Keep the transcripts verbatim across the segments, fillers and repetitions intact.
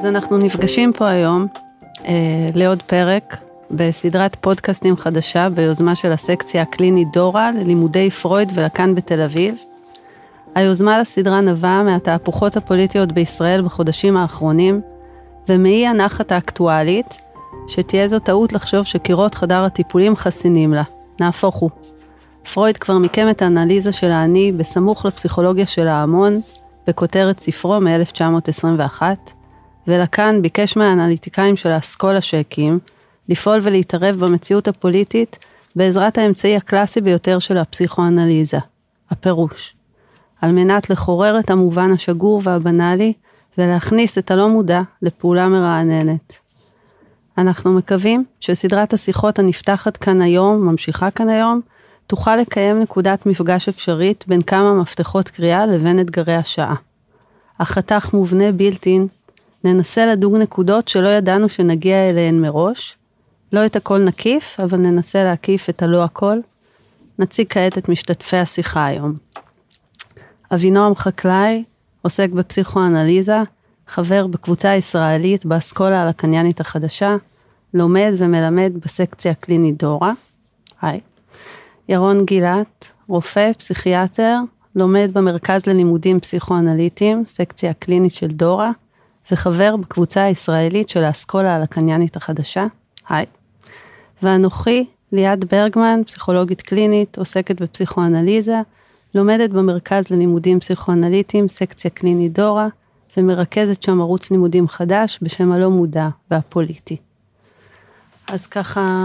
אז אנחנו נפגשים פה היום אה, לעוד פרק בסדרת פודקאסטים חדשה ביוזמה של הסקציה הקלינית דורה ללימודי פרויד ולקן בתל אביב. היוזמה לסדרה נבעה מהתהפוכות הפוליטיות בישראל בחודשים האחרונים, ומאי הנחת האקטואלית, שתהיה זו טעות לחשוב שקירות חדר הטיפולים חסינים לה. נהפוך הוא. פרויד כבר מיקם את האנליזה של האני בסמוך לפסיכולוגיה של ההמון, בכותרת ספרו מ-אלף תשע מאות עשרים ואחת, ולקן ביקש מהאנליטיקאים של האסכולה שהקים, לפעול ולהתערב במציאות הפוליטית בעזרת האמצעי הקלאסי ביותר של הפסיכואנליזה, הפירוש. על מנת לחורר את המובן השגור והבנאלי, ולהכניס את הלא מודע לפעולה מרעננת. אנחנו מקווים שסדרת השיחות הנפתחת כאן היום, ממשיכה כאן היום, תוכל לקיים נקודת מפגש אפשרית בין כמה מפתחות קריאה לבין אתגרי השעה. החתך מובנה בילטין, ננסה לדוג נקודות שלא ידענו שנגיע אליהן מראש, לא את הכל נקיף, אבל ננסה להקיף את הלא הכל. נציג כעת את משתתפי השיחה היום. אבינועם חקלאי, עוסק בפסיכואנליזה, חבר בקבוצה הישראלית באסכולה הלקניאנית החדשה, לומד ומלמד בסקציה הקלינית דורה. היי. ירון גילת, רופא, פסיכיאטר, לומד במרכז ללימודים פסיכואנליטיים, סקציה הקלינית של דורה, וחבר בקבוצה הישראלית של האסכולה הלקניאנית החדשה. היי. ואנוכי, ליעד ברגמן, פסיכולוגית קלינית, עוסקת בפסיכואנליזה, לומדת במרכז ללימודים פסיכואנליטיים, סקציה קלינית דורה, ומרכזת שם ערוץ לימודים חדש בשם הלא מודע והפוליטי. אז ככה,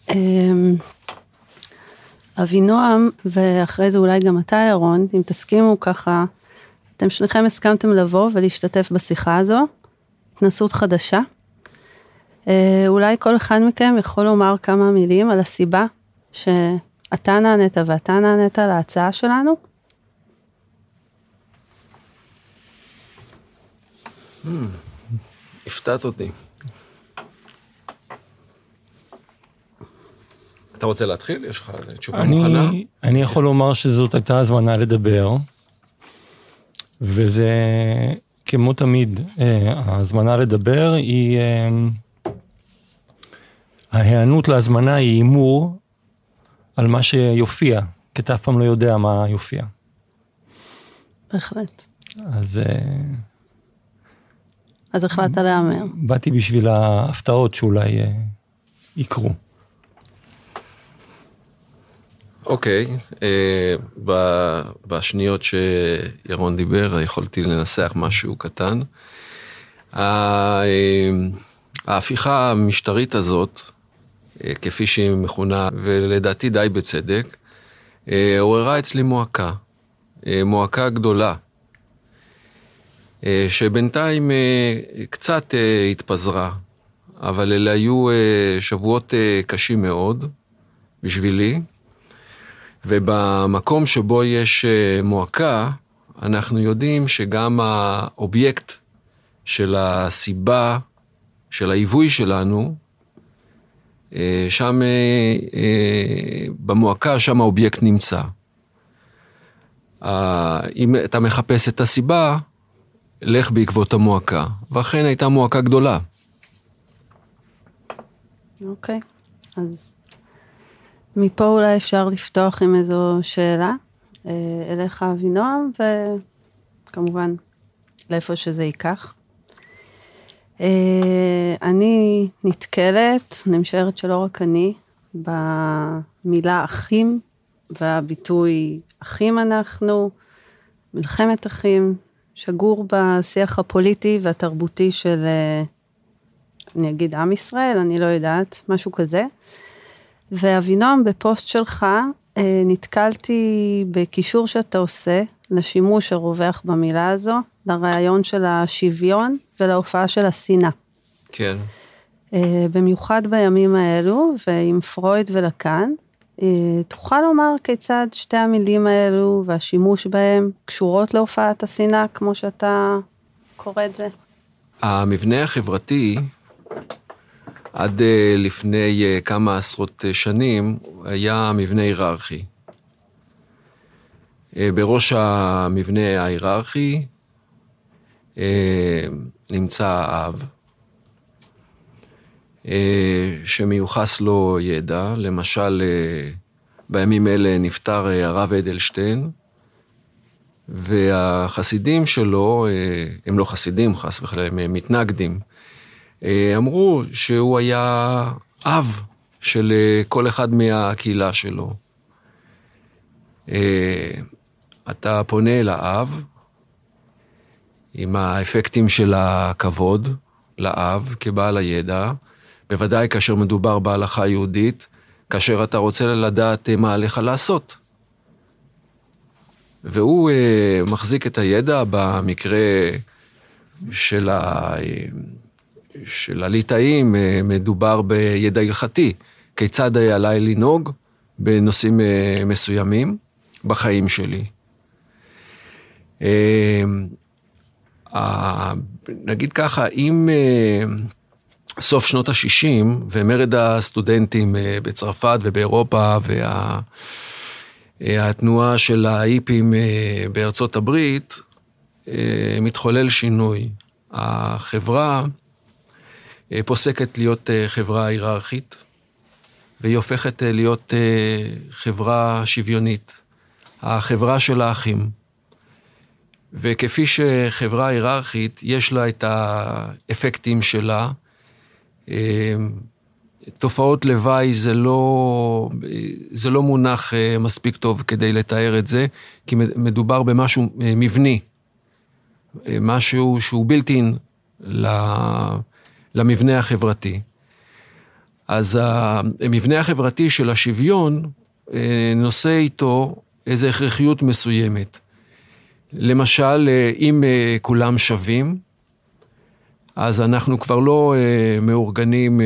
אבינועם, ואחרי זה אולי גם אתה ירון, אם תסכימו ככה, אתם שניכם הסכמתם לבוא ולהשתתף בשיחה הזו, התנסות חדשה. אולי כל אחד מכם יכול לומר כמה מילים על הסיבה שאתה נענית ואתה נענית להצעה שלנו? הפתעת אותי. אתה רוצה להתחיל? יש לך תשובה מוכנה? אני יכול לומר שזאת הייתה הזמנה לדבר, וזה כמו תמיד, ההזמנה לדבר היא, ההיענות להזמנה היא אימור על מה שיופיע, כי אתה אף פעם לא יודע מה יופיע. בהחלט. אז... אז החלטת להאמר. באתי בשביל ההפתעות שאולי יקרו. אוקיי, בשניות שירון דיבר, יכולתי לנסח משהו קטן. ההפיכה המשטרית הזאת, כפי שהיא מכונה, ולדעתי די בצדק, עוררה אצלי מועקה, מועקה גדולה, שבינתיים קצת התפזרה, אבל אלה היו שבועות קשים מאוד בשבילי, ובמקום שבו יש מועקה, אנחנו יודעים שגם האובייקט של הסיבה, של העיווי שלנו, שם, במועקה, שם האובייקט נמצא. אם אתה מחפש את הסיבה, לך בעקבות המועקה, ואכן הייתה מועקה גדולה. אוקיי, אז מפה אולי אפשר לפתוח עם איזו שאלה, אליך אבינועם, וכמובן לאיפה שזה ייקח. אני נתקלת, נמשרת שלא רק אני, במילה אחים, והביטוי אחים אנחנו, מלחמת אחים, שגור בשיח הפוליטי והתרבותי של, אני אגיד עם ישראל, אני לא יודעת, משהו כזה. ואבינועם, בפוסט שלך, נתקלתי בקישור שאתה עושה, לשימוש הרווח במילה הזו, לרעיון של השוויון ולהופעה של השנאה. כן. במיוחד בימים האלו, ועם פרויד ולקן, תוכל לומר כיצד שתי המילים האלו והשימוש בהם קשורות להופעת השנאה, כמו שאתה קורא את זה? המבנה החברתי, עד לפני כמה עשרות שנים, היה מבנה היררכי. בראש המבנה ההיררכי נמצא האב, שמיוחס לו ידע, למשל בימים אלה נפטר הרב אדלשטיין, והחסידים שלו, הם לא חסידים חס וחלילה, הם מתנגדים, אמרו שהוא היה אב של כל אחד מהקהילה שלו. אתה פונה אל האב, עם האפקטים של הכבוד לאב כבעל הידע, בוודאי כאשר מדובר בהלכה יהודית, כאשר אתה רוצה לדעת מה עליך לעשות. והוא uh, מחזיק את הידע במקרה של, ה... של הליטאים, uh, מדובר בידע הלכתי, כיצד היה עליי לנהוג בנושאים uh, מסוימים בחיים שלי. Uh, uh, נגיד ככה, אם uh, סוף שנות ה-שישים ומרד הסטודנטים uh, בצרפת ובאירופה וה... התנועה של ההיפים בארצות הברית, מתחולל שינוי. החברה פוסקת להיות חברה היררכית, והיא הופכת להיות חברה שוויונית. החברה של האחים. וכפי שחברה היררכית, יש לה את האפקטים שלה, תופעות לוואי זה לא, זה לא מונח מספיק טוב כדי לתאר את זה, כי מדובר במשהו מבני, משהו שהוא בלתי-אין למבנה החברתי. אז המבנה החברתי של השוויון נושא איתו איזו הכרחיות מסוימת. למשל, אם כולם שווים, אז אנחנו כבר לא מאורגנים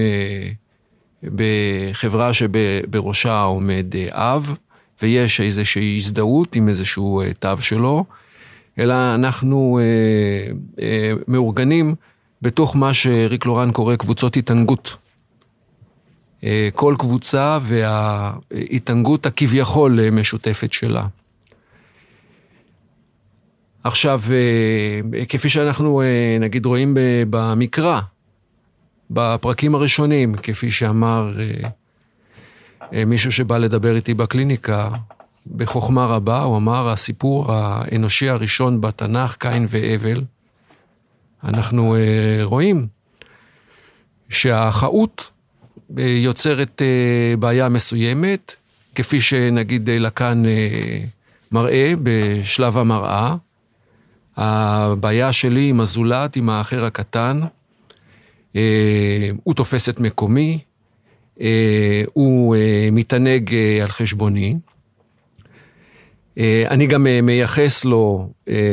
בחברה שבראשה עומד אב, ויש איזושהי הזדהות עם איזשהו תו שלו, אלא אנחנו אה, אה, מאורגנים בתוך מה שריק לורן קורא קבוצות התענגות. אה, כל קבוצה וההתענגות הכביכול משותפת שלה. עכשיו, אה, כפי שאנחנו אה, נגיד רואים במקרא, בפרקים הראשונים, כפי שאמר אה, מישהו שבא לדבר איתי בקליניקה, בחוכמה רבה, הוא אמר, הסיפור האנושי הראשון בתנ"ך, קין והבל, אנחנו אה, רואים שהחאות אה, יוצרת אה, בעיה מסוימת, כפי שנגיד לקן אה, מראה בשלב המראה, הבעיה שלי עם הזולת, עם האחר הקטן, אה, הוא תופס את מקומי, אה, הוא אה, מתענג אה, על חשבוני, אני גם מייחס לו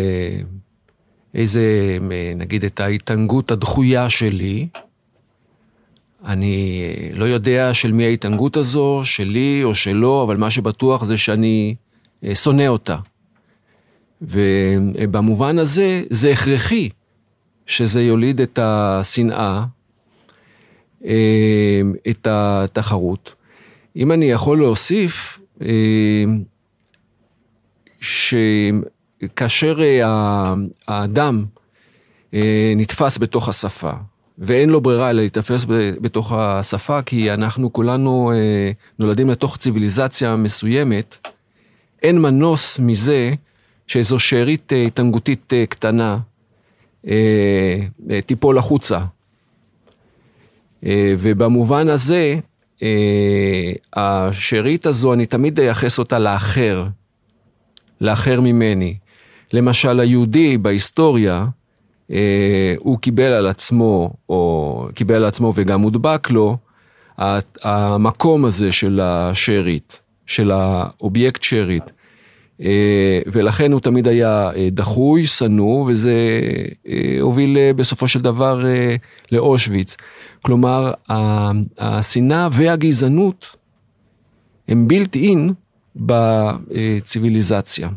איזה, נגיד, את ההתענגות הדחויה שלי. אני לא יודע של מי ההתענגות הזו, שלי או שלו, אבל מה שבטוח זה שאני שונא אותה. ובמובן הזה, זה הכרחי שזה יוליד את השנאה, את התחרות. אם אני יכול להוסיף, שכאשר האדם נתפס בתוך השפה, ואין לו ברירה אלא להתפס בתוך השפה, כי אנחנו כולנו נולדים לתוך ציוויליזציה מסוימת, אין מנוס מזה שאיזו שארית התענגותית קטנה טיפול החוצה. ובמובן הזה, השארית הזו, אני תמיד אייחס אותה לאחר, לאחר ממני. למשל, היהודי בהיסטוריה, אה, הוא קיבל על עצמו, או קיבל על עצמו וגם מודבק לו, המקום הזה של השארית, של האובייקט שארית, אה, ולכן הוא תמיד היה דחוי, סנוע, וזה אה, הוביל בסופו של דבר אה, לאושוויץ. כלומר, השנאה והגזענות הם בילט-אין, בציוויליזציה.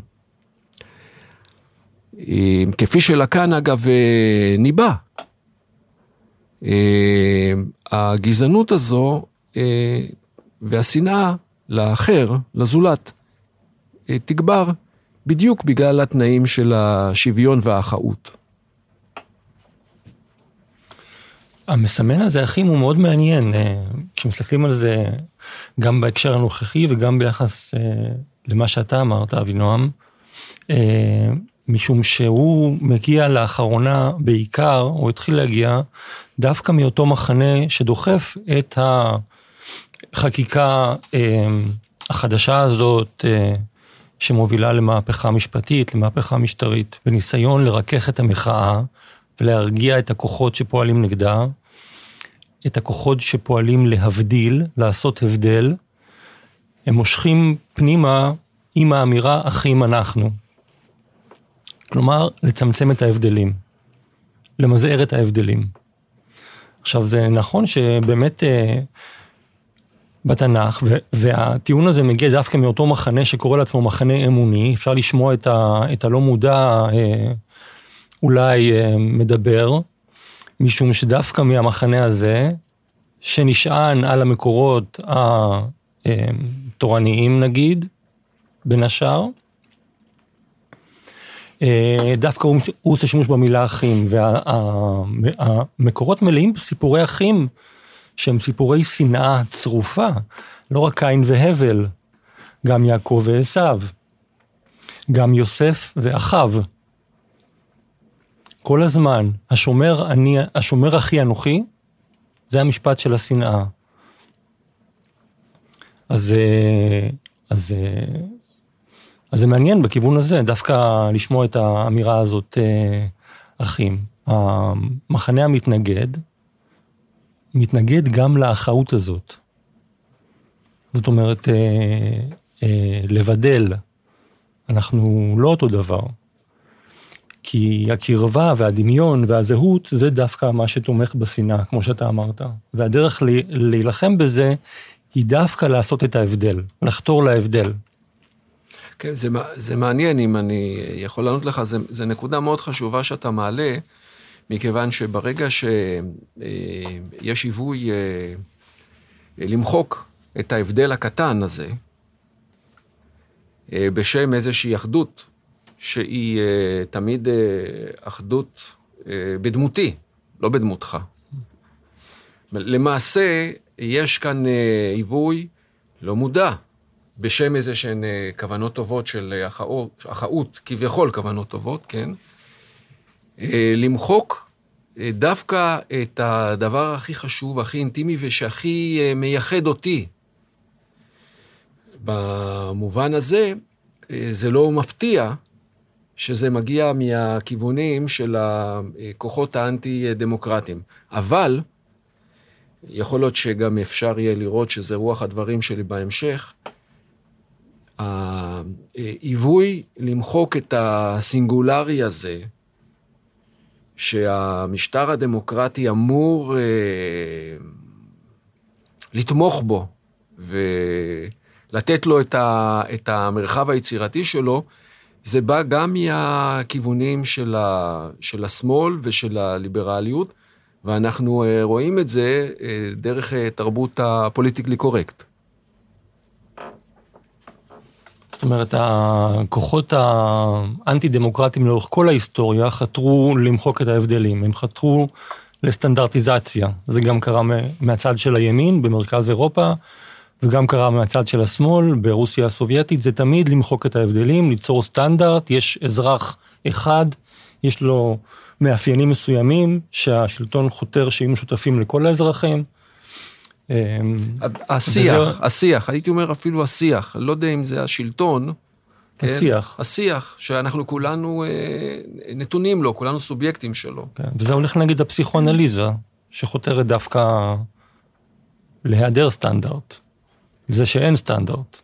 כפי שלקן אגב ניבא, הגזענות הזו והשנאה לאחר, לזולת, תגבר בדיוק בגלל התנאים של השוויון והאחאות. המסמן הזה, אחים, הוא מאוד מעניין, כשמסתכלים על זה גם בהקשר הנוכחי וגם ביחס למה שאתה אמרת, אבינועם, משום שהוא מגיע לאחרונה בעיקר, הוא התחיל להגיע דווקא מאותו מחנה שדוחף את החקיקה החדשה הזאת, שמובילה למהפכה משפטית, למהפכה משטרית, בניסיון לרכך את המחאה, ולהרגיע את הכוחות שפועלים נגדה, את הכוחות שפועלים להבדיל, לעשות הבדל, הם מושכים פנימה עם האמירה, אחים אנחנו. כלומר, לצמצם את ההבדלים, למזער את ההבדלים. עכשיו, זה נכון שבאמת בתנ"ך, והטיעון הזה מגיע דווקא מאותו מחנה שקורא לעצמו מחנה אמוני, אפשר לשמוע את, ה, את הלא מודע אולי מדבר, משום שדווקא מהמחנה הזה, שנשען על המקורות התורניים נגיד, בין השאר, דווקא הוא, הוא עושה שימוש במילה אחים, והמקורות מלאים בסיפורי אחים, שהם סיפורי שנאה צרופה, לא רק קין והבל, גם יעקב ועשיו, גם יוסף ואחיו. כל הזמן, השומר, אני, השומר אחי אנוכי, זה המשפט של השנאה. אז, אז, אז זה מעניין בכיוון הזה, דווקא לשמוע את האמירה הזאת, אחים. המחנה המתנגד, מתנגד גם לאחאות הזאת. זאת אומרת, אה, אה, לבדל, אנחנו לא אותו דבר. כי הקרבה והדמיון והזהות, זה דווקא מה שתומך בשנאה, כמו שאתה אמרת. והדרך להילחם בזה, היא דווקא לעשות את ההבדל, לחתור להבדל. כן, זה, זה מעניין, אם אני יכול לענות לך, זה, זה נקודה מאוד חשובה שאתה מעלה, מכיוון שברגע שיש היווי למחוק את ההבדל הקטן הזה, בשם איזושהי אחדות, שהיא תמיד אחדות בדמותי, לא בדמותך. למעשה, יש כאן היווי לא מודע, בשם איזה שהן כוונות טובות של אחאות, כביכול כוונות טובות, כן? למחוק דווקא את הדבר הכי חשוב, הכי אינטימי ושהכי מייחד אותי. במובן הזה, זה לא מפתיע שזה מגיע מהכיוונים של הכוחות האנטי-דמוקרטיים. אבל, יכול להיות שגם אפשר יהיה לראות שזה רוח הדברים שלי בהמשך, העיווי למחוק את הסינגולרי הזה, שהמשטר הדמוקרטי אמור אה, לתמוך בו, ולתת לו את, ה, את המרחב היצירתי שלו, זה בא גם מהכיוונים של, ה, של השמאל ושל הליברליות, ואנחנו אה, רואים את זה אה, דרך אה, תרבות הפוליטיקלי קורקט. זאת אומרת, הכוחות האנטי-דמוקרטיים לאורך כל ההיסטוריה חתרו למחוק את ההבדלים, הם חתרו לסטנדרטיזציה. זה גם קרה מהצד של הימין במרכז אירופה, וגם קרה מהצד של השמאל ברוסיה הסובייטית, זה תמיד למחוק את ההבדלים, ליצור סטנדרט, יש אזרח אחד, יש לו מאפיינים מסוימים, שהשלטון חותר שיהיו משותפים לכל האזרחים, השיח, השיח, הייתי אומר אפילו השיח, לא יודע אם זה השלטון, השיח, השיח, שאנחנו כולנו נתונים לו, כולנו סובייקטים שלו. וזה הולך נגד הפסיכואנליזה, שחותרת דווקא להיעדר סטנדרט, זה שאין סטנדרט.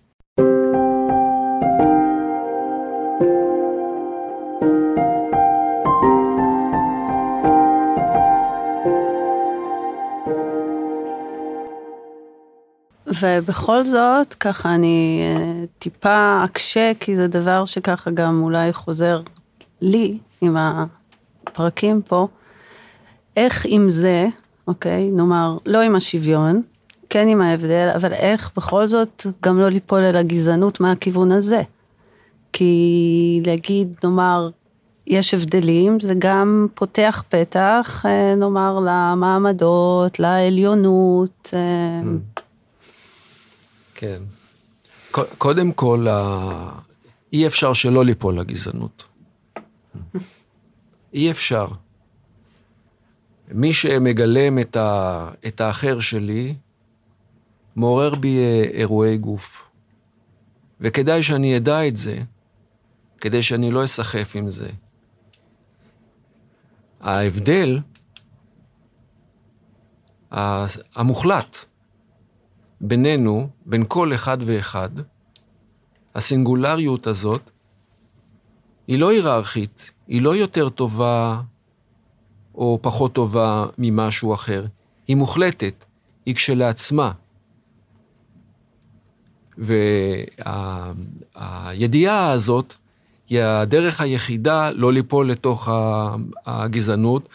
ובכל זאת, ככה אני טיפה אקשה, כי זה דבר שככה גם אולי חוזר לי עם הפרקים פה, איך עם זה, אוקיי, נאמר, לא עם השוויון, כן עם ההבדל, אבל איך בכל זאת גם לא ליפול אל הגזענות מהכיוון הזה. כי להגיד, נאמר, יש הבדלים, זה גם פותח פתח, נאמר, למעמדות, לעליונות. כן. קודם כל, אי אפשר שלא ליפול לגזענות. אי אפשר. מי שמגלם את, ה, את האחר שלי, מעורר בי אירועי גוף. וכדאי שאני אדע את זה, כדי שאני לא אסחף עם זה. ההבדל המוחלט בינינו, בין כל אחד ואחד, הסינגולריות הזאת, היא לא היררכית, היא לא יותר טובה או פחות טובה ממשהו אחר. היא מוחלטת, היא כשלעצמה. והידיעה הזאת היא הדרך היחידה לא ליפול לתוך הגזענות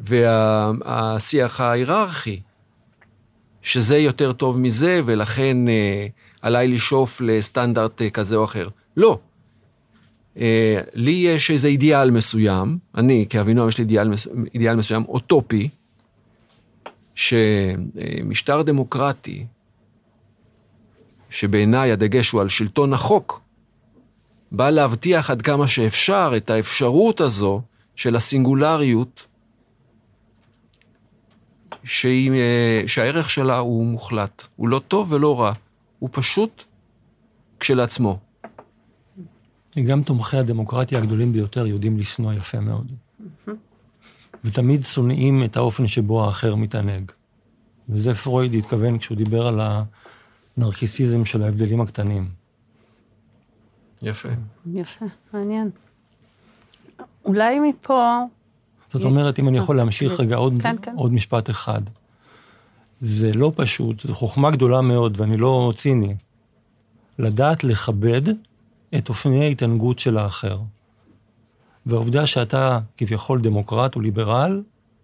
והשיח ההיררכי, שזה יותר טוב מזה, ולכן עליי לשאוף לסטנדרט כזה או אחר. לא. לי יש איזה אידיאל מסוים, אני כאבינועם יש לי אידיאל, אידיאל מסוים אוטופי, שמשטר דמוקרטי, שבעיניי הדגש הוא על שלטון החוק, בא להבטיח עד כמה שאפשר את האפשרות הזו של הסינגולריות, שהיא, שהערך שלה הוא מוחלט. הוא לא טוב ולא רע, הוא פשוט כשלעצמו. גם תומכי הדמוקרטיה הגדולים ביותר יודעים לשנוא יפה מאוד. ותמיד שונאים את האופן שבו האחר מתענג. וזה פרויד התכוון כשהוא דיבר על הנרקיסיזם של ההבדלים הקטנים. יפה. יפה, מעניין. אולי מפה... זאת אומרת, אם אני יכול להמשיך רגע עוד, כן, כן. עוד משפט אחד. זה לא פשוט, זו חוכמה גדולה מאוד, ואני לא ציני. לדעת לכבד את אופני ההתענגות של האחר. והעובדה שאתה כביכול דמוקרט או ליברל,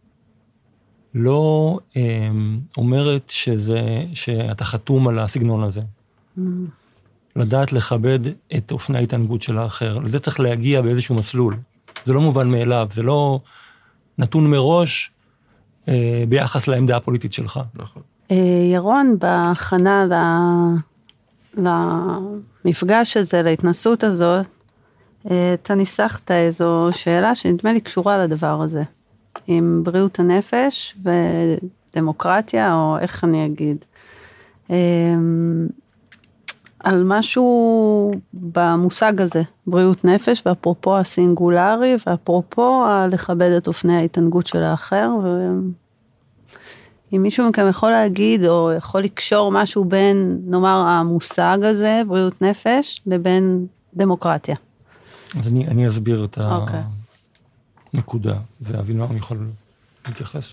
לא אה, אומרת שזה, שאתה חתום על הסגנון הזה. Mm. לדעת לכבד את אופני ההתענגות של האחר. לזה צריך להגיע באיזשהו מסלול. זה לא מובן מאליו, זה לא נתון מראש אה, ביחס לעמדה הפוליטית שלך. נכון. אה, ירון, בהכנה ל... למפגש הזה, להתנסות הזאת, אתה ניסחת איזו שאלה שנדמה לי קשורה לדבר הזה, עם בריאות הנפש ודמוקרטיה, או איך אני אגיד, על משהו במושג הזה, בריאות נפש, ואפרופו הסינגולרי, ואפרופו לכבד את אופני ההתענגות של האחר, ו... אם מישהו מכם יכול להגיד, או יכול לקשור משהו בין, נאמר, המושג הזה, בריאות נפש, לבין דמוקרטיה. אז אני, אני אסביר את okay. הנקודה, ואבינועם יכול להתייחס.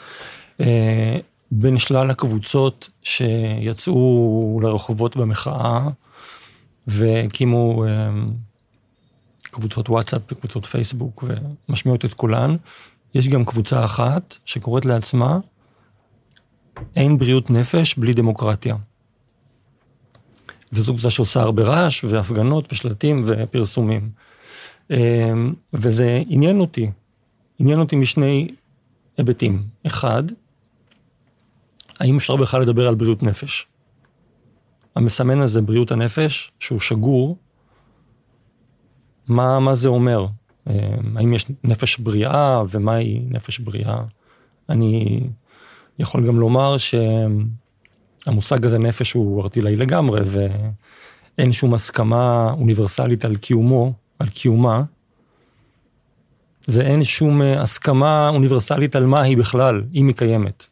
בין שלל הקבוצות שיצאו לרחובות במחאה, והקימו קבוצות וואטסאפ וקבוצות פייסבוק, ומשמיעות את כולן, יש גם קבוצה אחת שקוראת לעצמה, אין בריאות נפש בלי דמוקרטיה. וזו קבוצה שעושה הרבה רעש, והפגנות, ושלטים, ופרסומים. וזה עניין אותי. עניין אותי משני היבטים. אחד, האם אפשר בכלל לדבר על בריאות נפש? המסמן הזה, בריאות הנפש, שהוא שגור, מה, מה זה אומר? האם יש נפש בריאה, ומהי נפש בריאה? אני... יכול גם לומר שהמושג הזה נפש הוא ארטילאי לגמרי, ואין שום הסכמה אוניברסלית על קיומו, על קיומה, ואין שום הסכמה אוניברסלית על מה היא בכלל, אם היא קיימת.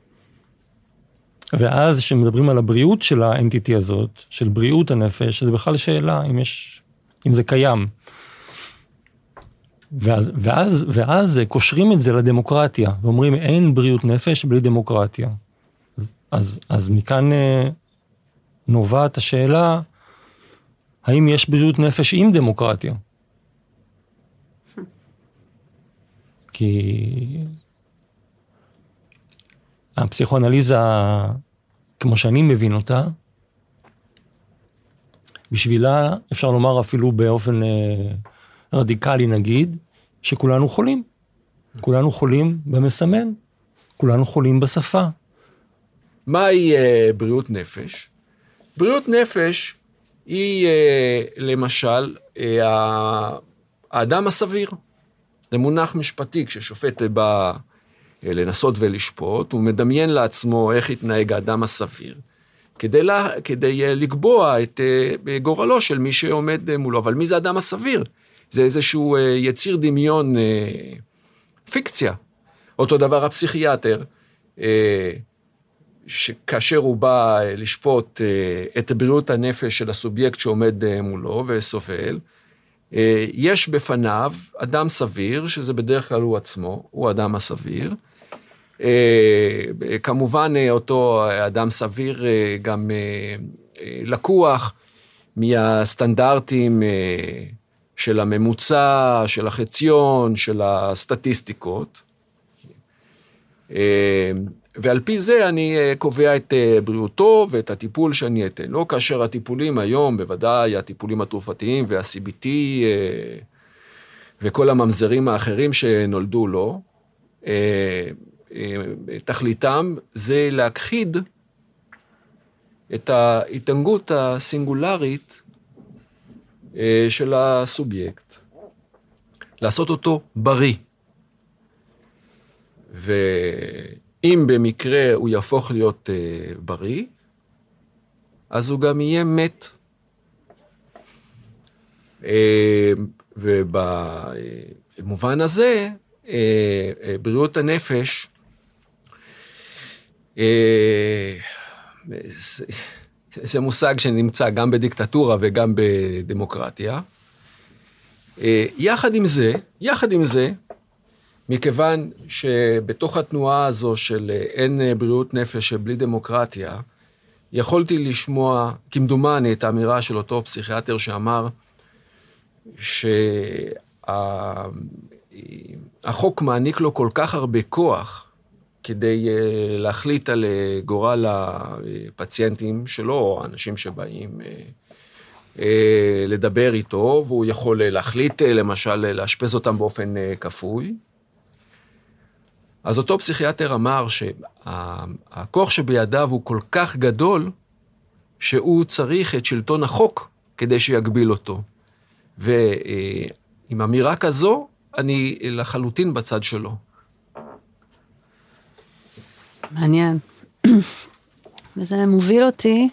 ואז כשמדברים על הבריאות של האנטיטי הזאת, של בריאות הנפש, זה בכלל שאלה אם יש, אם זה קיים. ואז, ואז קושרים את זה לדמוקרטיה, ואומרים, אין בריאות נפש בלי דמוקרטיה. אז, אז מכאן נובעת השאלה, האם יש בריאות נפש עם דמוקרטיה? כי הפסיכואנליזה, כמו שאני מבין אותה, בשבילה, אפשר לומר אפילו באופן רדיקלי נגיד, שכולנו חולים. כולנו חולים במסמן, כולנו חולים בשפה. מהי uh, בריאות נפש? בריאות נפש היא uh, למשל uh, האדם הסביר. זה מונח משפטי, כששופט בא uh, לנסות ולשפוט, הוא מדמיין לעצמו איך יתנהג האדם הסביר, כדי, לה, כדי uh, לקבוע את uh, גורלו של מי שעומד uh, מולו. אבל מי זה האדם הסביר? זה איזשהו uh, יציר דמיון, uh, פיקציה. אותו דבר הפסיכיאטר, uh, שכאשר הוא בא לשפוט את בריאות הנפש של הסובייקט שעומד מולו וסובל, יש בפניו אדם סביר, שזה בדרך כלל הוא עצמו, הוא אדם הסביר. כמובן אותו אדם סביר גם לקוח מהסטנדרטים של הממוצע, של החציון, של הסטטיסטיקות. ועל פי זה אני קובע את בריאותו ואת הטיפול שאני אתן לו, כאשר הטיפולים היום, בוודאי הטיפולים התרופתיים וה-סי בי טי וכל הממזרים האחרים שנולדו לו, תכליתם זה להכחיד את ההתנהגות הסינגולרית של הסובייקט, לעשות אותו בריא. ואם במקרה הוא יהפוך להיות uh, בריא, אז הוא גם יהיה מת. Uh, ובמובן הזה, uh, uh, בריאות הנפש, uh, זה, זה מושג שנמצא גם בדיקטטורה וגם בדמוקרטיה. Uh, יחד עם זה, יחד עם זה, מכיוון שבתוך התנועה הזו של אין בריאות נפש בלי דמוקרטיה, יכולתי לשמוע, כמדומני, את האמירה של אותו פסיכיאטר שאמר שהחוק מעניק לו כל כך הרבה כוח כדי להחליט על גורל הפציינטים שלו, או האנשים שבאים לדבר איתו, והוא יכול להחליט, למשל, לאשפז אותם באופן כפוי. אז אותו פסיכיאטר אמר שהכוח שבידיו הוא כל כך גדול, שהוא צריך את שלטון החוק כדי שיגביל אותו. ועם אמירה כזו, אני לחלוטין בצד שלו. מעניין. וזה מוביל אותי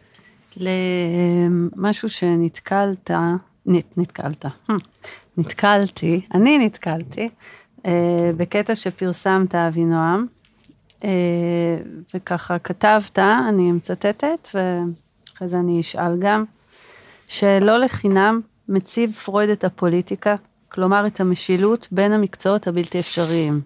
למשהו שנתקלת, נתקלת, נתקלתי, אני נתקלתי, בקטע שפרסמת אבינועם, וככה כתבת, אני מצטטת, ואחרי זה אני אשאל גם, שלא לחינם מציב פרויד את הפוליטיקה, כלומר את המשילות בין המקצועות הבלתי אפשריים.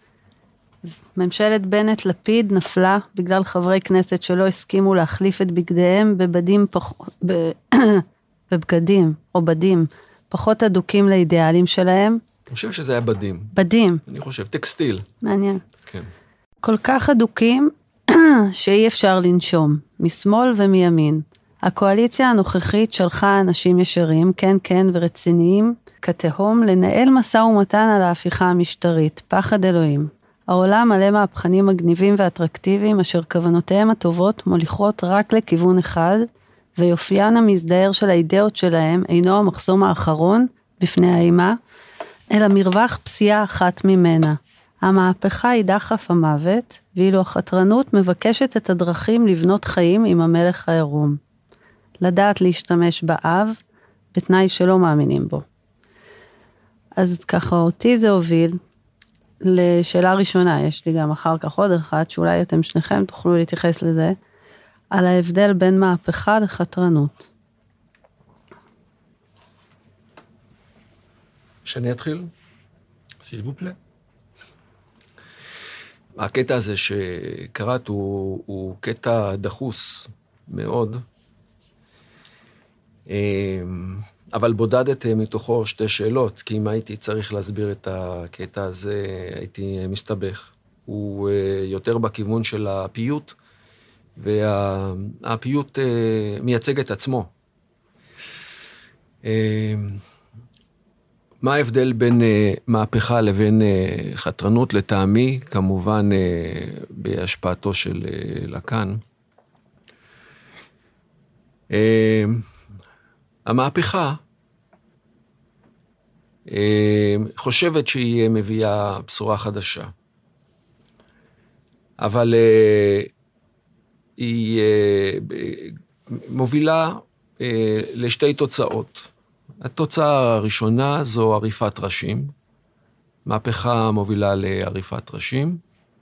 ממשלת בנט לפיד נפלה בגלל חברי כנסת שלא הסכימו להחליף את בגדיהם בבדים, פח... בבגדים או בדים פחות אדוקים לאידיאלים שלהם. אני חושב שזה היה בדים. בדים. אני חושב, טקסטיל. מעניין. כן. כל כך אדוקים שאי אפשר לנשום, משמאל ומימין. הקואליציה הנוכחית שלחה אנשים ישרים, כן כן ורציניים, כתהום, לנהל משא ומתן על ההפיכה המשטרית, פחד אלוהים. העולם מלא מהפכנים מגניבים ואטרקטיביים, אשר כוונותיהם הטובות מוליכות רק לכיוון אחד, ויופיין המזדהר של האידאות שלהם אינו המחסום האחרון בפני האימה, אלא מרווח פסיעה אחת ממנה. המהפכה היא דחף המוות, ואילו החתרנות מבקשת את הדרכים לבנות חיים עם המלך העירום. לדעת להשתמש באב, בתנאי שלא מאמינים בו. אז ככה אותי זה הוביל, לשאלה ראשונה, יש לי גם אחר כך עוד אחת, שאולי אתם שניכם תוכלו להתייחס לזה, על ההבדל בין מהפכה לחתרנות. שאני אתחיל? סילבופלה. הקטע הזה שקראת הוא, הוא קטע דחוס מאוד, אבל בודדת מתוכו שתי שאלות, כי אם הייתי צריך להסביר את הקטע הזה, הייתי מסתבך. הוא יותר בכיוון של הפיוט, והפיוט מייצג את עצמו. מה ההבדל בין uh, מהפכה לבין uh, חתרנות לטעמי, כמובן uh, בהשפעתו של uh, לקאן. Uh, המהפכה uh, חושבת שהיא מביאה בשורה חדשה, אבל uh, היא uh, מובילה uh, לשתי תוצאות. התוצאה הראשונה זו עריפת ראשים, מהפכה מובילה לעריפת ראשים,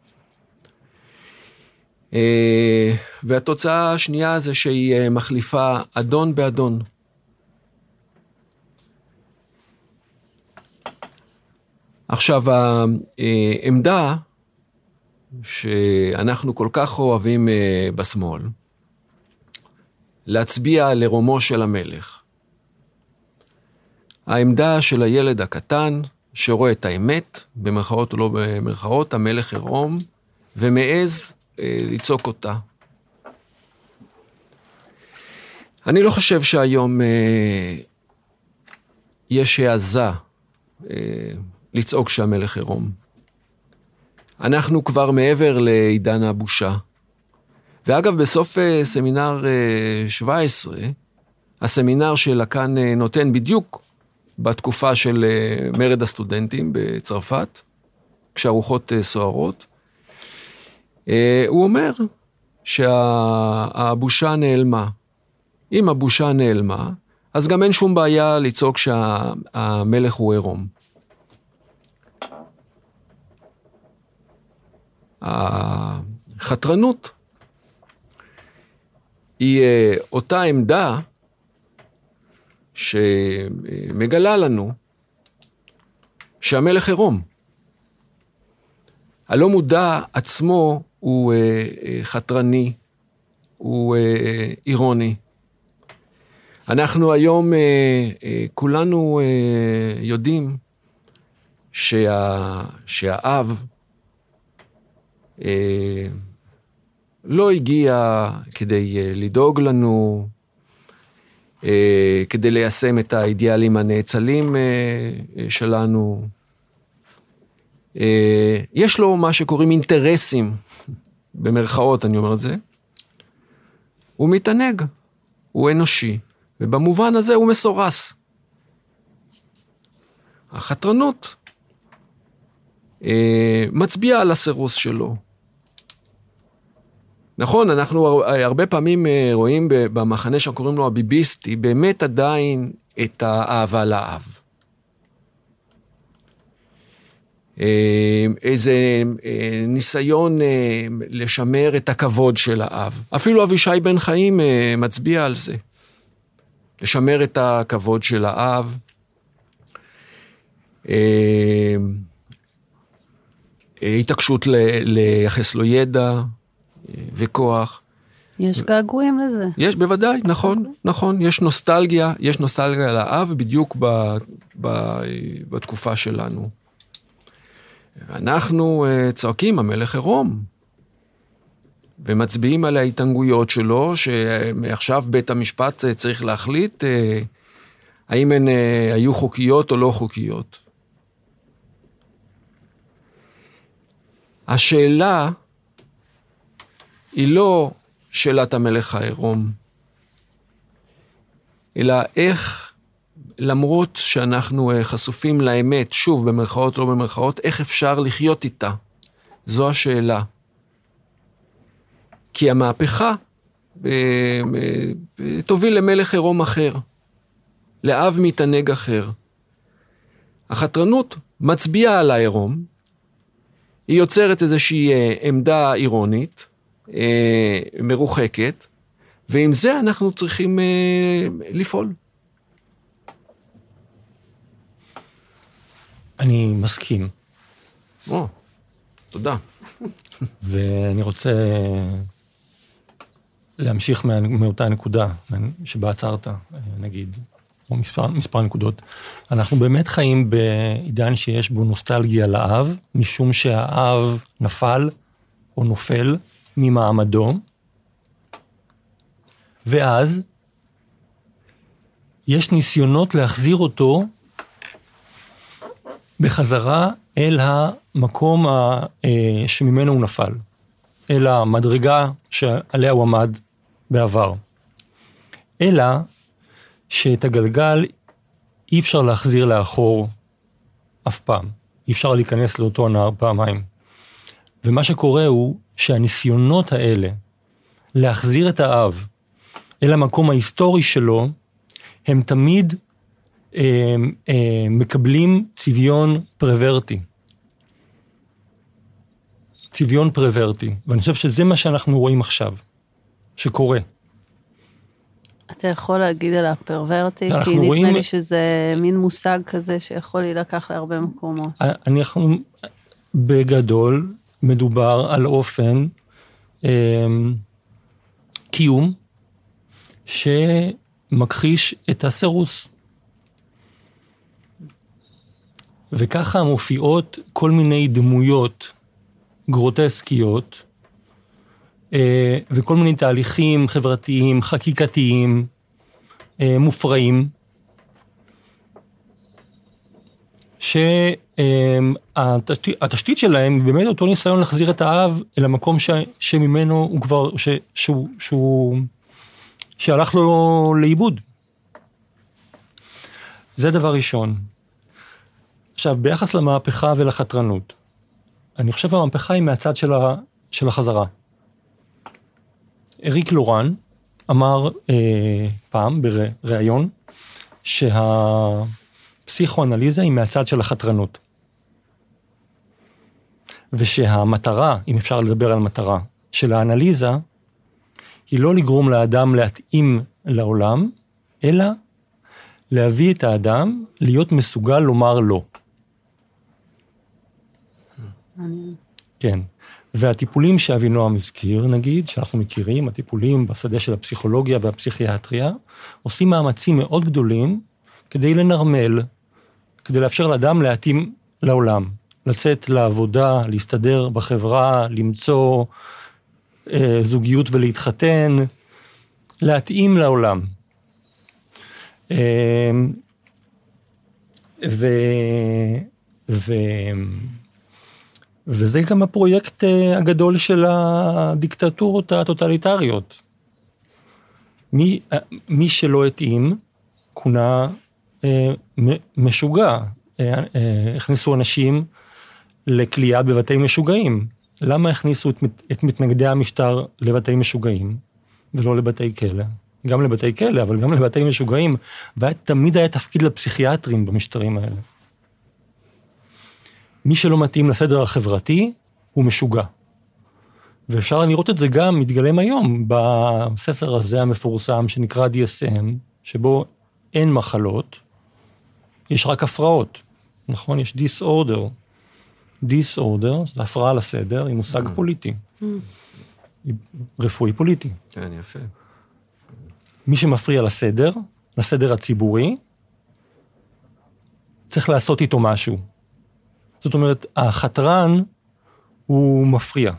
והתוצאה השנייה זה שהיא מחליפה אדון באדון. עכשיו, העמדה שאנחנו כל כך אוהבים בשמאל, להצביע לרומו של המלך, העמדה של הילד הקטן, שרואה את האמת, במרכאות או לא במרכאות, המלך עירום, ומעז אה, ליצוק אותה. אני לא חושב שהיום אה, יש העזה אה, לצעוק שהמלך עירום. אנחנו כבר מעבר לעידן הבושה. ואגב, בסוף אה, סמינר אה, שבע עשרה, הסמינר שלקאן אה, נותן בדיוק, בתקופה של מרד הסטודנטים בצרפת, כשהרוחות סוערות, הוא אומר שהבושה נעלמה. אם הבושה נעלמה, אז גם אין שום בעיה לצעוק שהמלך הוא עירום. החתרנות היא אותה עמדה שמגלה לנו שהמלך עירום. הלא מודע עצמו הוא חתרני, הוא אירוני. אנחנו היום כולנו יודעים שה, שהאב לא הגיע כדי לדאוג לנו, כדי ליישם את האידיאלים הנאצלים שלנו. יש לו מה שקוראים אינטרסים, במרכאות אני אומר את זה. הוא מתענג, הוא אנושי, ובמובן הזה הוא מסורס. החתרנות מצביעה על הסירוס שלו. נכון, אנחנו הרבה פעמים רואים במחנה שקוראים לו הביביסטי, באמת עדיין את האהבה לאב. איזה ניסיון לשמר את הכבוד של האב. אפילו אבישי בן חיים מצביע על זה. לשמר את הכבוד של האב. התעקשות לייחס לו ידע וכוח. יש געגועים לזה. יש, בוודאי, נכון, נכון. יש נוסטלגיה, יש נוסטלגיה לאב בדיוק ב, ב, בתקופה שלנו. ואנחנו צועקים, המלך עירום. ומצביעים על ההתנגויות שלו, שעכשיו בית המשפט צריך להחליט האם הן היו חוקיות או לא חוקיות. השאלה היא לא שאלת המלך העירום, אלא איך, למרות שאנחנו חשופים לאמת, שוב במרכאות לא במרכאות, איך אפשר לחיות איתה? זו השאלה. כי המהפכה תוביל למלך עירום אחר, לאב מתענג אחר. החתרנות מצביעה על העירום, היא יוצרת איזושהי עמדה אירונית, מרוחקת, ועם זה אנחנו צריכים לפעול. אני מסכים. או, תודה. ואני רוצה להמשיך מאותה נקודה שבה עצרת, נגיד, או מספר, מספר נקודות. אנחנו באמת חיים בעידן שיש בו נוסטלגיה לאב, משום שהאב נפל או נופל ממעמדו, ואז יש ניסיונות להחזיר אותו בחזרה אל המקום שממנו הוא נפל, אל המדרגה שעליה הוא עמד בעבר. אלא שאת הגלגל אי אפשר להחזיר לאחור אף פעם, אי אפשר להיכנס לאותו הנהר פעמיים. ומה שקורה הוא שהניסיונות האלה להחזיר את האב אל המקום ההיסטורי שלו, הם תמיד אה, אה, מקבלים צביון פרוורטי. צביון פרוורטי. ואני חושב שזה מה שאנחנו רואים עכשיו, שקורה. אתה יכול להגיד על הפרוורטי, כי נדמה רואים... לי שזה מין מושג כזה שיכול להילקח להרבה מקומות. אנחנו, בגדול, מדובר על אופן אה, קיום, שמכחיש את הסירוס. וככה מופיעות כל מיני דמויות גרוטסקיות, וכל מיני תהליכים חברתיים, חקיקתיים, מופרעים, שהתשתית שלהם היא באמת אותו ניסיון להחזיר את האב אל המקום ש, שממנו הוא כבר, ש, שהוא, שהוא, שהלך לו לאיבוד. זה דבר ראשון. עכשיו, ביחס למהפכה ולחתרנות, אני חושב המהפכה היא מהצד של, ה, של החזרה. אריק לורן אמר אה, פעם בראיון, שהפסיכואנליזה היא מהצד של החתרנות. ושהמטרה, אם אפשר לדבר על מטרה, של האנליזה, היא לא לגרום לאדם להתאים לעולם, אלא להביא את האדם להיות מסוגל לומר לא. כן. והטיפולים שאבינועם הזכיר, נגיד, שאנחנו מכירים, הטיפולים בשדה של הפסיכולוגיה והפסיכיאטריה, עושים מאמצים מאוד גדולים כדי לנרמל, כדי לאפשר לאדם להתאים לעולם, לצאת לעבודה, להסתדר בחברה, למצוא אה, זוגיות ולהתחתן, להתאים לעולם. אה, ו... ו... וזה גם הפרויקט הגדול של הדיקטטורות הטוטליטריות. מי, מי שלא התאים, כונה אה, משוגע. אה, אה, הכניסו אנשים לכלייה בבתי משוגעים. למה הכניסו את, את מתנגדי המשטר לבתי משוגעים, ולא לבתי כלא? גם לבתי כלא, אבל גם לבתי משוגעים. ותמיד היה תפקיד לפסיכיאטרים במשטרים האלה. מי שלא מתאים לסדר החברתי, הוא משוגע. ואפשר לראות את זה גם, מתגלם היום, בספר הזה המפורסם, שנקרא די אס אם, שבו אין מחלות, יש רק הפרעות. נכון? יש disorder. disorder, זה הפרעה לסדר, היא מושג פוליטי. רפואי פוליטי. כן, יפה. מי שמפריע לסדר, לסדר הציבורי, צריך לעשות איתו משהו. זאת אומרת, החתרן הוא מפריע.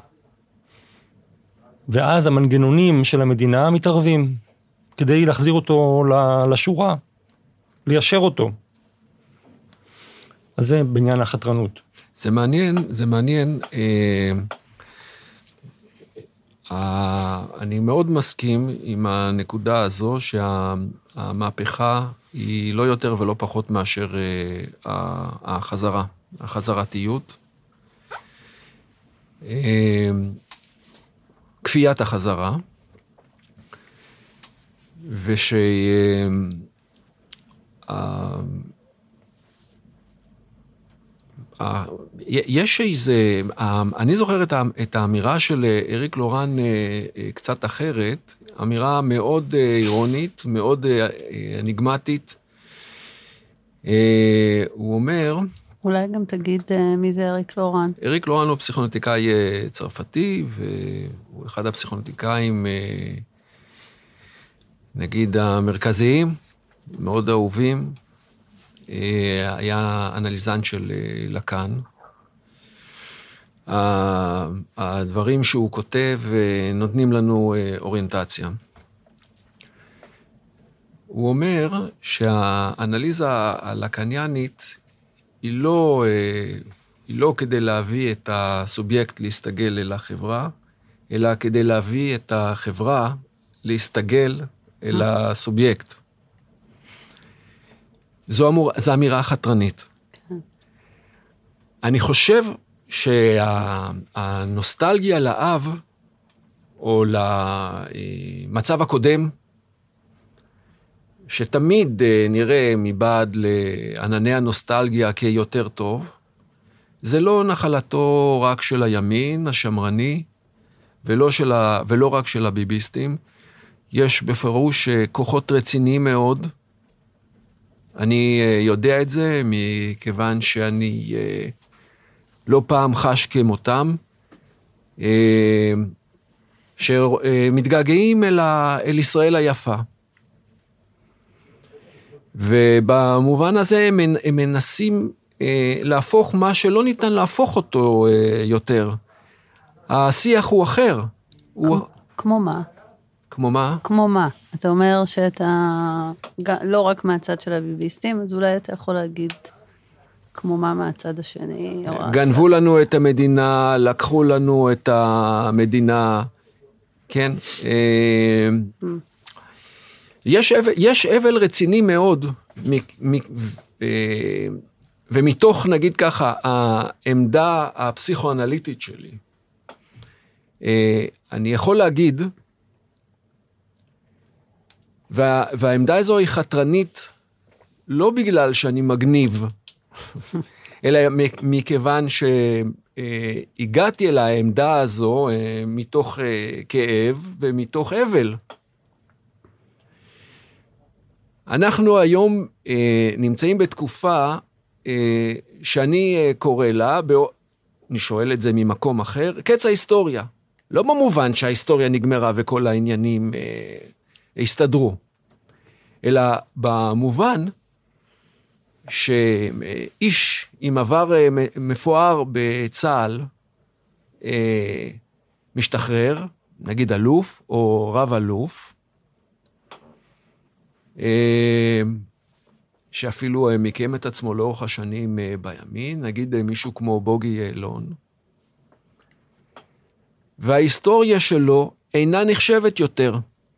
ואז המנגנונים של המדינה מתערבים, כדי להחזיר אותו לשורה, ליישר אותו. אז זה בעניין החתרנות. זה מעניין, זה מעניין. אה, אה, אני מאוד מסכים עם הנקודה הזו, שהמהפכה היא לא יותר ולא פחות מאשר אה, החזרה. החזרתיות, כפיית החזרה, וש... יש איזה, אני זוכר את האמירה של אריק לורן קצת אחרת, אמירה מאוד אירונית, מאוד אניגמטית. הוא אומר, אולי גם תגיד מי זה אריק לורן. אריק לורן הוא פסיכונטיקאי צרפתי, והוא אחד הפסיכונטיקאים, נגיד, המרכזיים, מאוד אהובים. היה אנליזן של לקאן. הדברים שהוא כותב נותנים לנו אוריינטציה. הוא אומר שהאנליזה הלקניאנית היא לא, היא לא כדי להביא את הסובייקט להסתגל אל החברה, אלא כדי להביא את החברה להסתגל אל הסובייקט. זו, אמור, זו אמירה חתרנית. אני חושב שהנוסטלגיה לאב, או למצב הקודם, שתמיד נראה מבעד לענני הנוסטלגיה כיותר טוב, זה לא נחלתו רק של הימין השמרני, ולא, של ה, ולא רק של הביביסטים. יש בפירוש כוחות רציניים מאוד. אני יודע את זה מכיוון שאני לא פעם חש כמותם, שמתגעגעים אל, ה, אל ישראל היפה. ובמובן הזה הם, הם מנסים אה, להפוך מה שלא ניתן להפוך אותו אה, יותר. השיח הוא אחר. כמו, הוא... כמו מה? כמו מה? כמו מה? אתה אומר שאתה לא רק מהצד של הביביסטים, אז אולי אתה יכול להגיד כמו מה מהצד השני. גנבו הצד. לנו את המדינה, לקחו לנו את המדינה, כן? אה, mm. יש אבל, יש אבל רציני מאוד, מ, מ, ו, ומתוך, נגיד ככה, העמדה הפסיכואנליטית שלי, אני יכול להגיד, וה, והעמדה הזו היא חתרנית, לא בגלל שאני מגניב, אלא מכיוון שהגעתי אל העמדה הזו מתוך כאב ומתוך אבל. אנחנו היום אה, נמצאים בתקופה אה, שאני אה, קורא לה, בא... אני שואל את זה ממקום אחר, קץ ההיסטוריה. לא במובן שההיסטוריה נגמרה וכל העניינים אה, הסתדרו, אלא במובן שאיש עם עבר אה, מפואר בצה"ל אה, משתחרר, נגיד אלוף או רב אלוף, שאפילו מקיים את עצמו לאורך השנים בימין, נגיד מישהו כמו בוגי יעלון, וההיסטוריה שלו אינה נחשבת יותר.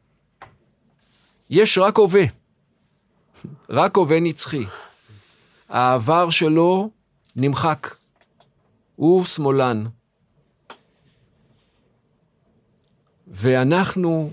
יש רק הווה, רק הווה נצחי. העבר שלו נמחק, הוא שמאלן. ואנחנו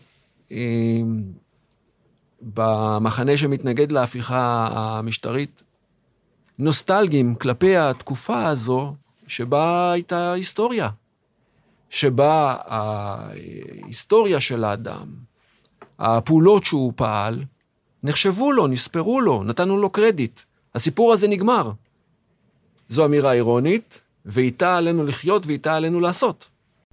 במחנה שמתנגד להפיכה המשטרית, נוסטלגיים כלפי התקופה הזו, שבה הייתה היסטוריה, שבה ההיסטוריה של האדם, הפעולות שהוא פעל, נחשבו לו, נספרו לו, נתנו לו קרדיט. הסיפור הזה נגמר. זו אמירה אירונית, ואיתה עלינו לחיות ואיתה עלינו לעשות.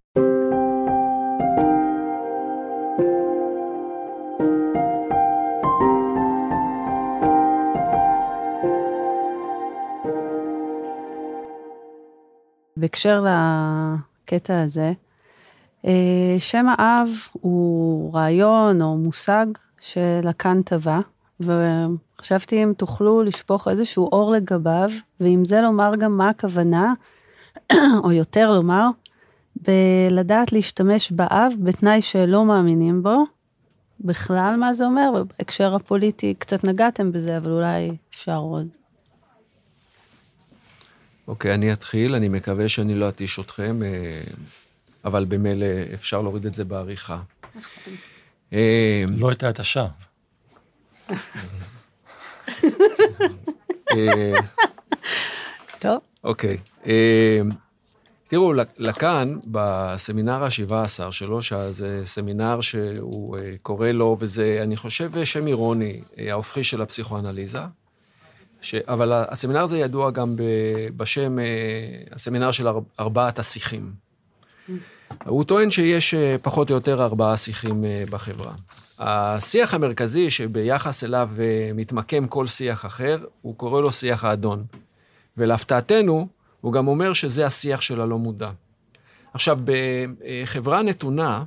בהקשר לקטע הזה, שם האב הוא רעיון או מושג שלקן טבע, וחשבתי אם תוכלו לשפוך איזשהו אור לגביו, ועם זה לומר גם מה הכוונה, או יותר לומר, בלדעת להשתמש באב בתנאי שלא מאמינים בו, בכלל מה זה אומר, ובהקשר הפוליטי קצת נגעתם בזה, אבל אולי אפשר עוד. אוקיי, אני אתחיל, אני מקווה שאני לא אתיש אתכם, אבל במילא אפשר להוריד את זה בעריכה. לא הייתה את השב. טוב. אוקיי. תראו, לקן, בסמינר ה-שבע עשרה שלו, שזה סמינר שהוא קורא לו, וזה, אני חושב, שם אירוני, ההופכי של הפסיכואנליזה, ש... אבל הסמינר הזה ידוע גם בשם, הסמינר של ארבעת השיחים. Mm. הוא טוען שיש פחות או יותר ארבעה שיחים בחברה. השיח המרכזי שביחס אליו מתמקם כל שיח אחר, הוא קורא לו שיח האדון. ולהפתעתנו, הוא גם אומר שזה השיח של הלא מודע. עכשיו, בחברה נתונה,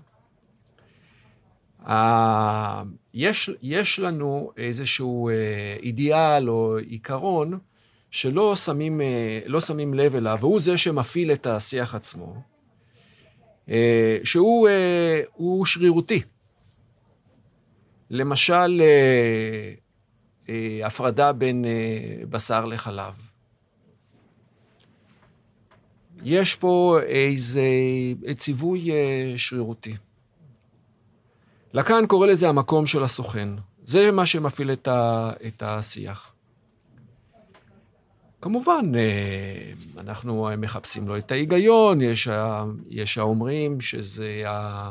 יש, יש לנו איזשהו אידיאל או עיקרון שלא שמים, לא שמים לב אליו, והוא זה שמפעיל את השיח עצמו, שהוא הוא שרירותי. למשל, הפרדה בין בשר לחלב. יש פה איזה ציווי שרירותי. לקאן קורא לזה המקום של הסוכן. זה מה שמפעיל את, ה, את השיח. כמובן, אנחנו מחפשים לו את ההיגיון, יש, יש האומרים שזה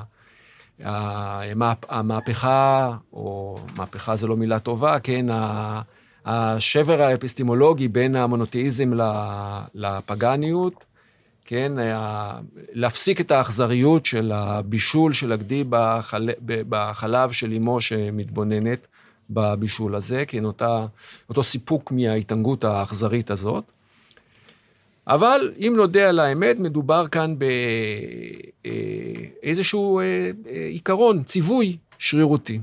המהפכה, או מהפכה זה לא מילה טובה, כן, השבר האפיסטימולוגי בין המונותאיזם לפגניות, כן, להפסיק את האכזריות של הבישול של הגדי בחלב, בחלב של אמו שמתבוננת בבישול הזה, כן, אותה, אותו סיפוק מההתענגות האכזרית הזאת. אבל אם נודע על האמת, מדובר כאן באיזשהו עיקרון, ציווי שרירותי.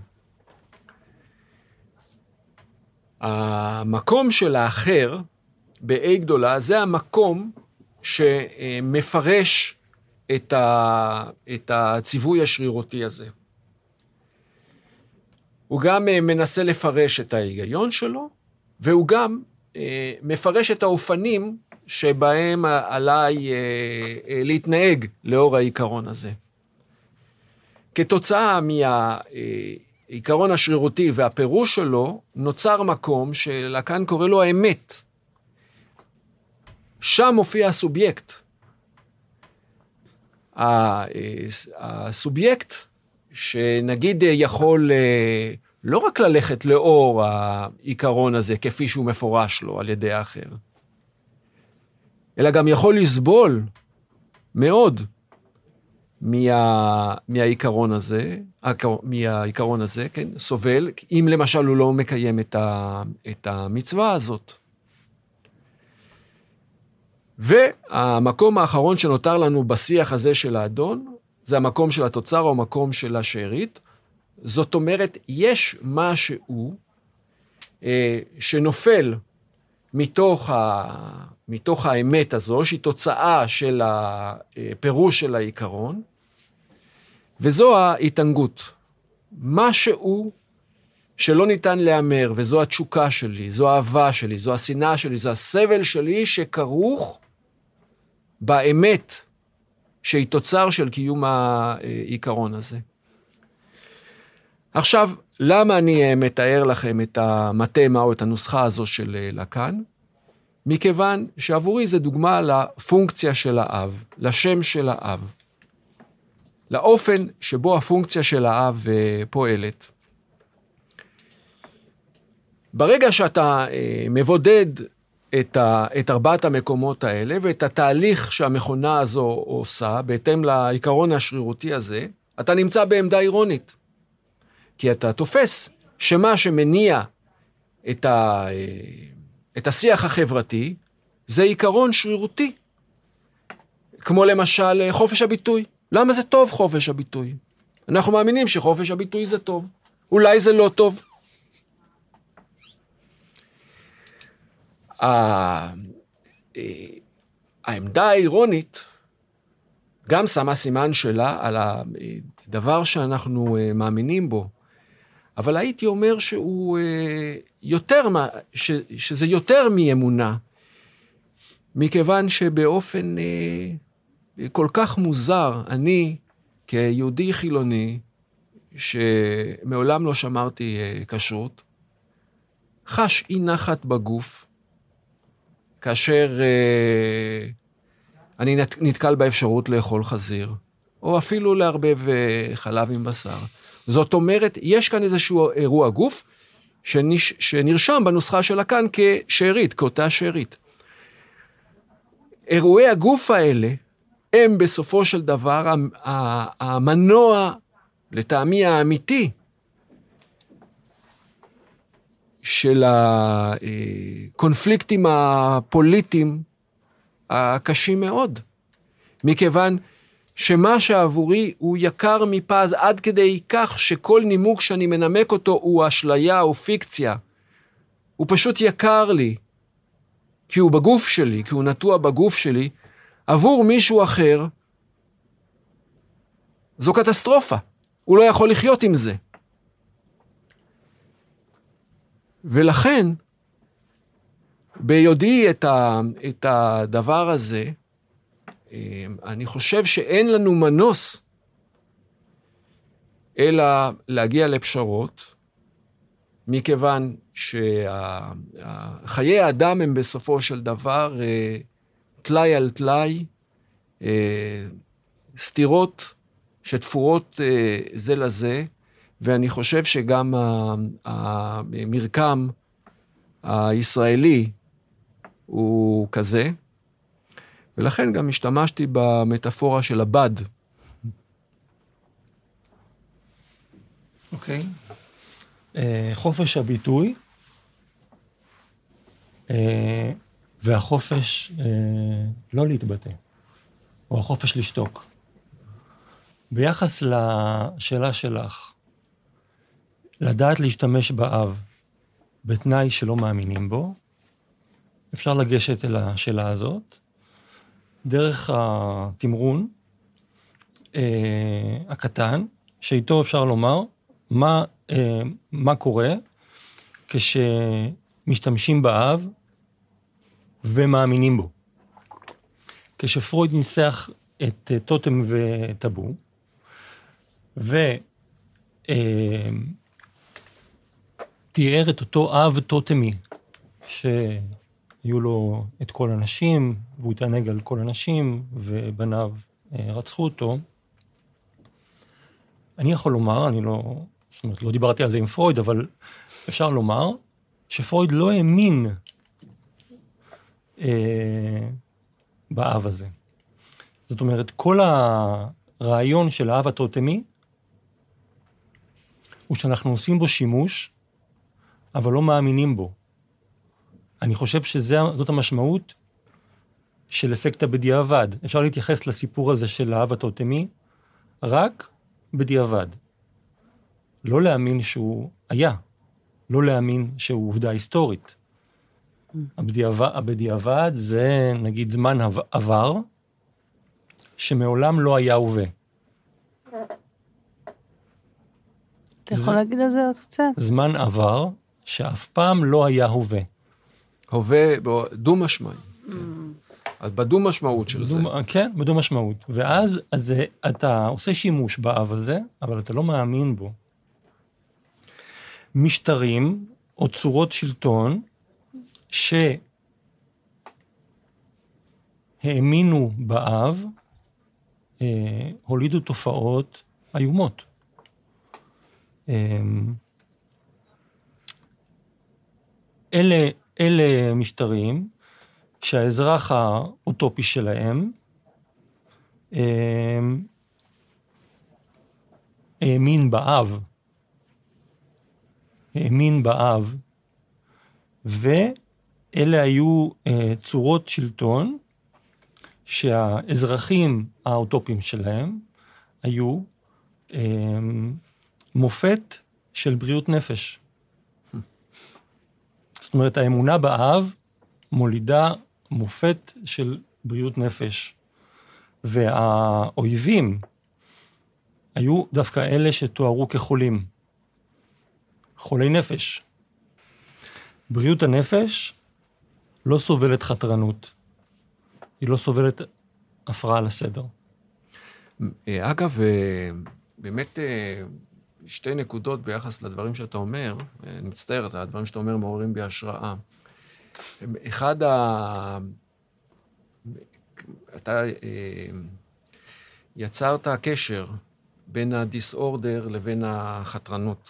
המקום של האחר, ב-A גדולה, זה המקום שמפרש את, ה, את הציווי השרירותי הזה. הוא גם מנסה לפרש את ההיגיון שלו, והוא גם מפרש את האופנים שבהם עליי להתנהג לאור העיקרון הזה. כתוצאה מהעיקרון השרירותי והפירוש שלו, נוצר מקום שלקאן קורא לו האמת. שם מופיע הסובייקט. הסובייקט שנגיד יכול לא רק ללכת לאור העיקרון הזה כפי שהוא מפורש לו על ידי האחר, אלא גם יכול לסבול מאוד מה, מהעיקרון הזה, מהעיקרון הזה, כן, סובל, אם למשל הוא לא מקיים את, ה, את המצווה הזאת. והמקום האחרון שנותר לנו בשיח הזה של האדון, זה המקום של התוצר או המקום של השארית. זאת אומרת, יש משהו אה, שנופל מתוך, ה, מתוך האמת הזו, שהיא תוצאה של הפירוש של העיקרון, וזו ההתענגות. משהו שלא ניתן לאמר, וזו התשוקה שלי, זו האהבה שלי, זו השנאה שלי, זו הסבל שלי שכרוך באמת שהיא תוצר של קיום העיקרון הזה. עכשיו, למה אני מתאר לכם את המתמה או את הנוסחה הזו של לקאן? מכיוון שעבורי זה דוגמה לפונקציה של האב, לשם של האב, לאופן שבו הפונקציה של האב פועלת. ברגע שאתה מבודד את, ה, את ארבעת המקומות האלה, ואת התהליך שהמכונה הזו עושה, בהתאם לעיקרון השרירותי הזה, אתה נמצא בעמדה אירונית. כי אתה תופס שמה שמניע את, ה, את השיח החברתי, זה עיקרון שרירותי. כמו למשל חופש הביטוי. למה זה טוב חופש הביטוי? אנחנו מאמינים שחופש הביטוי זה טוב. אולי זה לא טוב. העמדה האירונית גם שמה סימן שלה על הדבר שאנחנו מאמינים בו, אבל הייתי אומר שהוא יותר, שזה יותר מאמונה, מכיוון שבאופן כל כך מוזר, אני כיהודי חילוני, שמעולם לא שמרתי כשרות, חש אי נחת בגוף, כאשר אה, אני נתקל באפשרות לאכול חזיר, או אפילו להרבב אה, חלב עם בשר. זאת אומרת, יש כאן איזשהו אירוע גוף, שנש, שנרשם בנוסחה של לקאן כשארית, כאותה שארית. אירועי הגוף האלה, הם בסופו של דבר המנוע, לטעמי האמיתי, של הקונפליקטים הפוליטיים הקשים מאוד. מכיוון שמה שעבורי הוא יקר מפז עד כדי כך שכל נימוק שאני מנמק אותו הוא אשליה או פיקציה. הוא פשוט יקר לי. כי הוא בגוף שלי, כי הוא נטוע בגוף שלי, עבור מישהו אחר, זו קטסטרופה. הוא לא יכול לחיות עם זה. ולכן, ביודעי את, ה, את הדבר הזה, אני חושב שאין לנו מנוס, אלא להגיע לפשרות, מכיוון שחיי האדם הם בסופו של דבר תלאי על תלאי, סתירות שתפורות זה לזה, ואני חושב שגם המרקם הישראלי הוא כזה, ולכן גם השתמשתי במטאפורה של הבד. אוקיי. חופש הביטוי, והחופש לא להתבטא, או החופש לשתוק. ביחס לשאלה שלך, לדעת להשתמש באב בתנאי שלא מאמינים בו, אפשר לגשת אל השאלה הזאת, דרך התמרון אה, הקטן, שאיתו אפשר לומר מה, אה, מה קורה כשמשתמשים באב ומאמינים בו. כשפרויד ניסח את אה, טוטם וטאבו, ותיאר אה, את אותו אב טוטמי, שהיו לו את כל הנשים, והוא התענג על כל הנשים, ובניו אה, רצחו אותו. אני יכול לומר, אני לא, זאת אומרת, לא דיברתי על זה עם פרויד, אבל אפשר לומר שפרויד לא האמין אה, באב הזה. זאת אומרת, כל הרעיון של האב הטוטמי, הוא שאנחנו עושים בו שימוש, אבל לא מאמינים בו. אני חושב שזאת המשמעות של אפקט הבדיעבד. אפשר להתייחס לסיפור הזה של האב הטוטמי, רק בדיעבד. לא להאמין שהוא היה, לא להאמין שהוא עובדה היסטורית. הבדיעבד, הבדיעבד זה נגיד זמן עבר, שמעולם לא היה הווה. אתה יכול להגיד על זה עוד קצת? זמן עבר, שאף פעם לא היה הווה. הווה דו משמעי. בדו משמעות של זה. כן, בדו משמעות. ואז אז, אתה עושה שימוש באב הזה, אבל אתה לא מאמין בו. משטרים או צורות שלטון שהאמינו באב, אה, הולידו תופעות איומות. אה, אלה, אלה משטרים שהאזרח האוטופי שלהם אה, האמין באב, האמין באב, ואלה היו אה, צורות שלטון שהאזרחים האוטופיים שלהם היו אה, מופת של בריאות נפש. זאת אומרת, האמונה באב מולידה מופת של בריאות נפש. והאויבים היו דווקא אלה שתוארו כחולים. חולי נפש. בריאות הנפש לא סובלת חתרנות. היא לא סובלת הפרעה לסדר. אגב, באמת שתי נקודות ביחס לדברים שאתה אומר, אני מצטער, הדברים שאתה אומר מעוררים בי השראה. אחד ה... אתה יצרת קשר בין הדיסאורדר לבין החתרנות.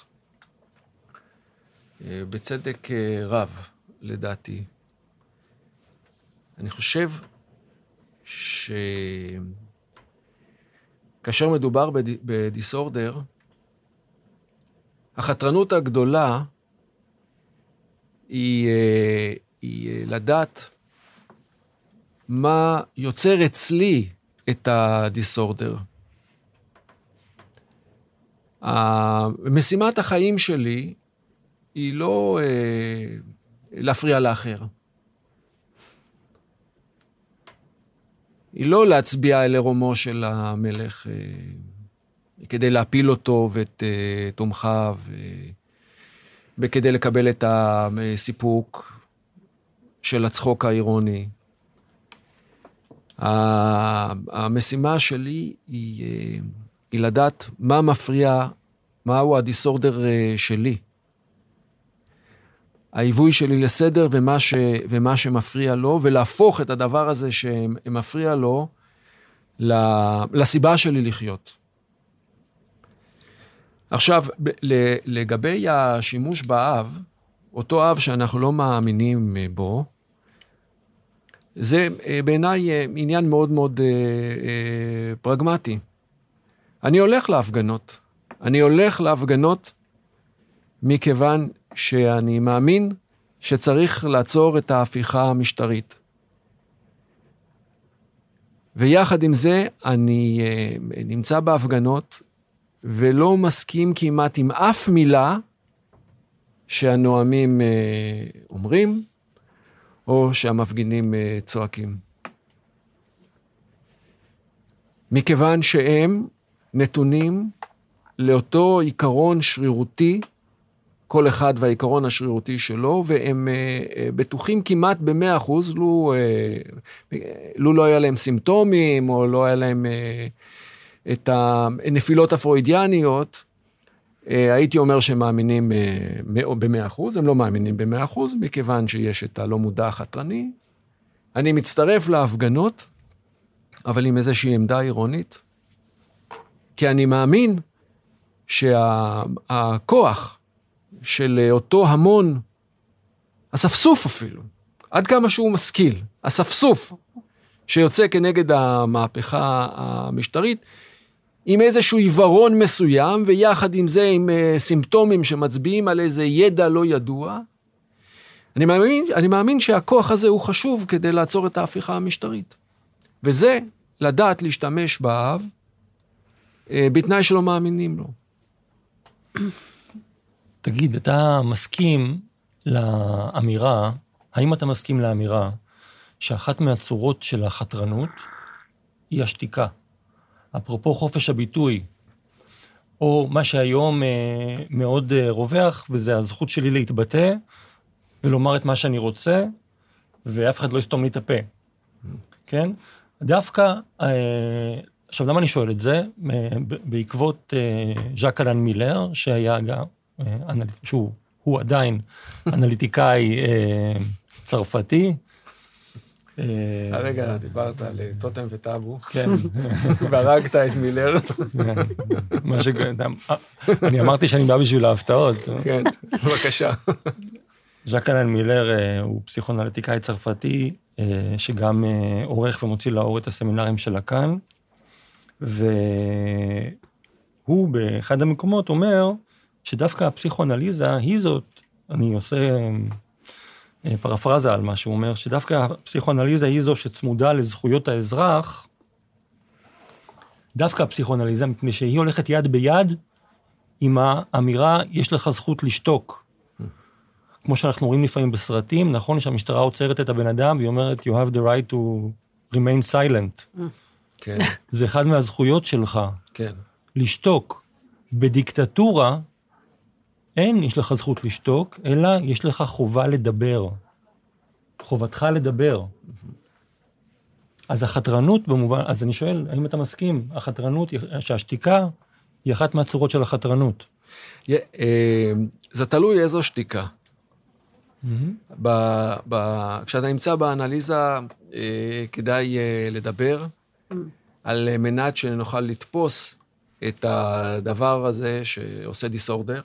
בצדק רב, לדעתי. אני חושב שכאשר מדובר בדיסאורדר, החתרנות הגדולה היא, היא לדעת מה יוצר אצלי את הדיסאורדר. משימת החיים שלי היא לא אה, להפריע לאחר. היא לא להצביע אל עירומו של המלך, כדי להפיל אותו ואת תומכיו, וכדי לקבל את הסיפוק של הצחוק האירוני. המשימה שלי היא, היא לדעת מה מפריע, מהו הדיסורדר שלי. העיווי שלי לסדר ומה, ש, ומה שמפריע לו, ולהפוך את הדבר הזה שמפריע לו לסיבה שלי לחיות. עכשיו, לגבי השימוש באב, אותו אב שאנחנו לא מאמינים בו, זה בעיניי עניין מאוד מאוד פרגמטי. אני הולך להפגנות. אני הולך להפגנות מכיוון שאני מאמין שצריך לעצור את ההפיכה המשטרית. ויחד עם זה אני נמצא בהפגנות ולא מסכים כמעט עם אף מילה שהנואמים אומרים, או שהמפגינים צועקים. מכיוון שהם נתונים לאותו עיקרון שרירותי, כל אחד והעיקרון השרירותי שלו, והם בטוחים כמעט במאה אחוז, לו, לו לא היה להם סימפטומים, או לא היה להם את הנפילות הפרוידיאניות, הייתי אומר שהם מאמינים במאה אחוז, הם לא מאמינים במאה אחוז, מכיוון שיש את הלא מודע החתרני. אני מצטרף להפגנות, אבל עם איזושהי עמדה אירונית, כי אני מאמין שהכוח של אותו המון, הספסוף אפילו, עד כמה שהוא משכיל, הספסוף שיוצא כנגד המהפכה המשטרית, עם איזשהו עיוורון מסוים, ויחד עם זה עם סימפטומים שמצביעים על איזה ידע לא ידוע, אני מאמין, אני מאמין שהכוח הזה הוא חשוב כדי לעצור את ההפיכה המשטרית. וזה לדעת להשתמש באב, בתנאי שלא מאמינים לו. תגיד, אתה מסכים לאמירה, האם אתה מסכים לאמירה, שאחת מהצורות של החתרנות היא השתיקה? אפרופו חופש הביטוי, או מה שהיום מאוד רווח, וזה הזכות שלי להתבטא, ולומר את מה שאני רוצה, ואף אחד לא יסתום לי את הפה. כן? דווקא, עכשיו למה אני שואל את זה? בעקבות ז'אק אלן מילר, שהיה גם, שהוא הוא עדיין אנליטיקאי צרפתי. הרגע דיברת על טוטם וטאבו, והרגת את מילר. אני אמרתי שאני בא בשביל ההפתעות. כן, בבקשה. ז'אק אלן מילר הוא פסיכואנליטיקאי צרפתי, שגם עורך ומוציא לאור את הסמינרים של לקאן, והוא באחד המקומות אומר שדווקא הפסיכואנליזה היא זאת, אני עושה פרפרזה על מה שהוא אומר, שדווקא הפסיכואנליזה היא זו שצמודה לזכויות האזרח, דווקא הפסיכואנליזה, מפני שהיא הולכת יד ביד עם האמירה, יש לך זכות לשתוק. כמו שאנחנו רואים לפעמים בסרטים, נכון שהמשטרה עוצרת את הבן אדם, והיא אומרת, you have the right to remain silent. כן. זה אחד מהזכויות שלך. כן. לשתוק. בדיקטטורה, אין יש לך זכות לשתוק, אלא יש לך חובה לדבר. חובתך לדבר. אז החתרנות במובן, אז אני שואל, האם אתה מסכים? החתרנות, שהשתיקה היא אחת מהצורות של החתרנות. זה תלוי איזו שתיקה. כשאתה נמצא באנליזה, כדאי לדבר, על מנת שנוכל לתפוס את הדבר הזה שעושה דיסורדר,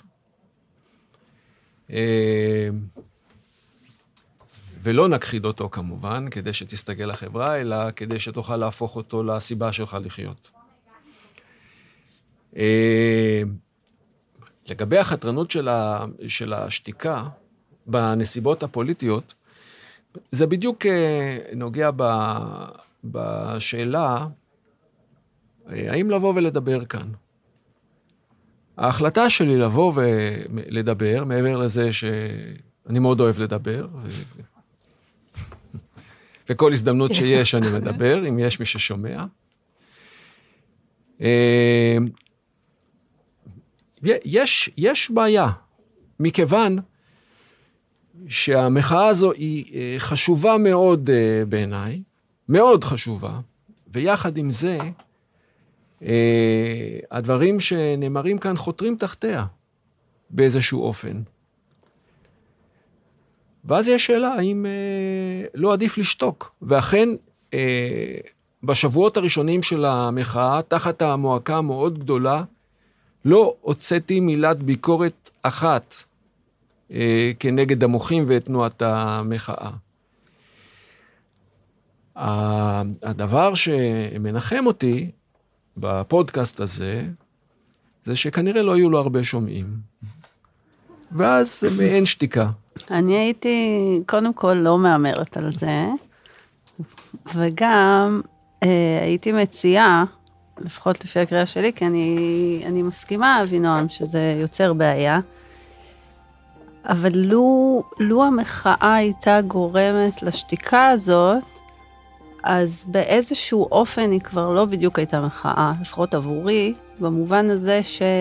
ולא נכחיד אותו כמובן, כדי שתסתגל לחברה, אלא כדי שתוכל להפוך אותו לסיבה שלך לחיות. לגבי החתרנות של, ה, של השתיקה, בנסיבות הפוליטיות, זה בדיוק נוגע ב, בשאלה, האם לבוא ולדבר כאן? ההחלטה שלי לבוא ולדבר, מעבר לזה שאני מאוד אוהב לדבר, ו... בכל הזדמנות שיש אני מדבר, אם יש מי ששומע. יש, יש בעיה, מכיוון שהמחאה הזו היא חשובה מאוד בעיניי, מאוד חשובה, ויחד עם זה, הדברים שנאמרים כאן חותרים תחתיה, באיזשהו אופן. ואז יש שאלה, האם לא עדיף לשתוק? ואכן, בשבועות הראשונים של המחאה, תחת המועקה המאוד גדולה, לא הוצאתי מילת ביקורת אחת אה, כנגד המוחים ותנועת המחאה. הדבר שמנחם אותי בפודקאסט הזה, זה שכנראה לא היו לו הרבה שומעים. ואז אין שתיקה. אני הייתי קודם כל לא מאמרת על זה, וגם אה, הייתי מציעה, לפחות לפי הקריאה שלי, כי אני, אני מסכימה, אבינועם, שזה יוצר בעיה, אבל לו, לו המחאה הייתה גורמת לשתיקה הזאת, אז באיזשהו אופן היא כבר לא בדיוק הייתה מחאה, לפחות עבורי, במובן הזה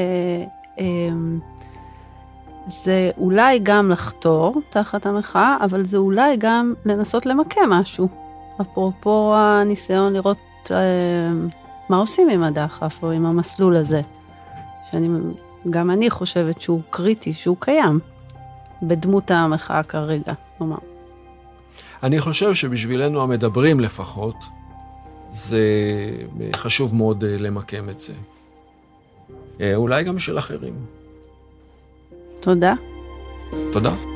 שזה אולי גם לחתור תחת המחאה, אבל זה אולי גם לנסות למקם משהו. אפרופו הניסיון לראות מה עושים עם הדחף או עם המסלול הזה, שאני, גם אני חושבת שהוא קריטי, שהוא קיים, בדמות המחאה כרגע, נאמר. אני חושב שבשבילנו המדברים לפחות, זה חשוב מאוד למקם את זה. אולי גם של אחרים. תודה. תודה.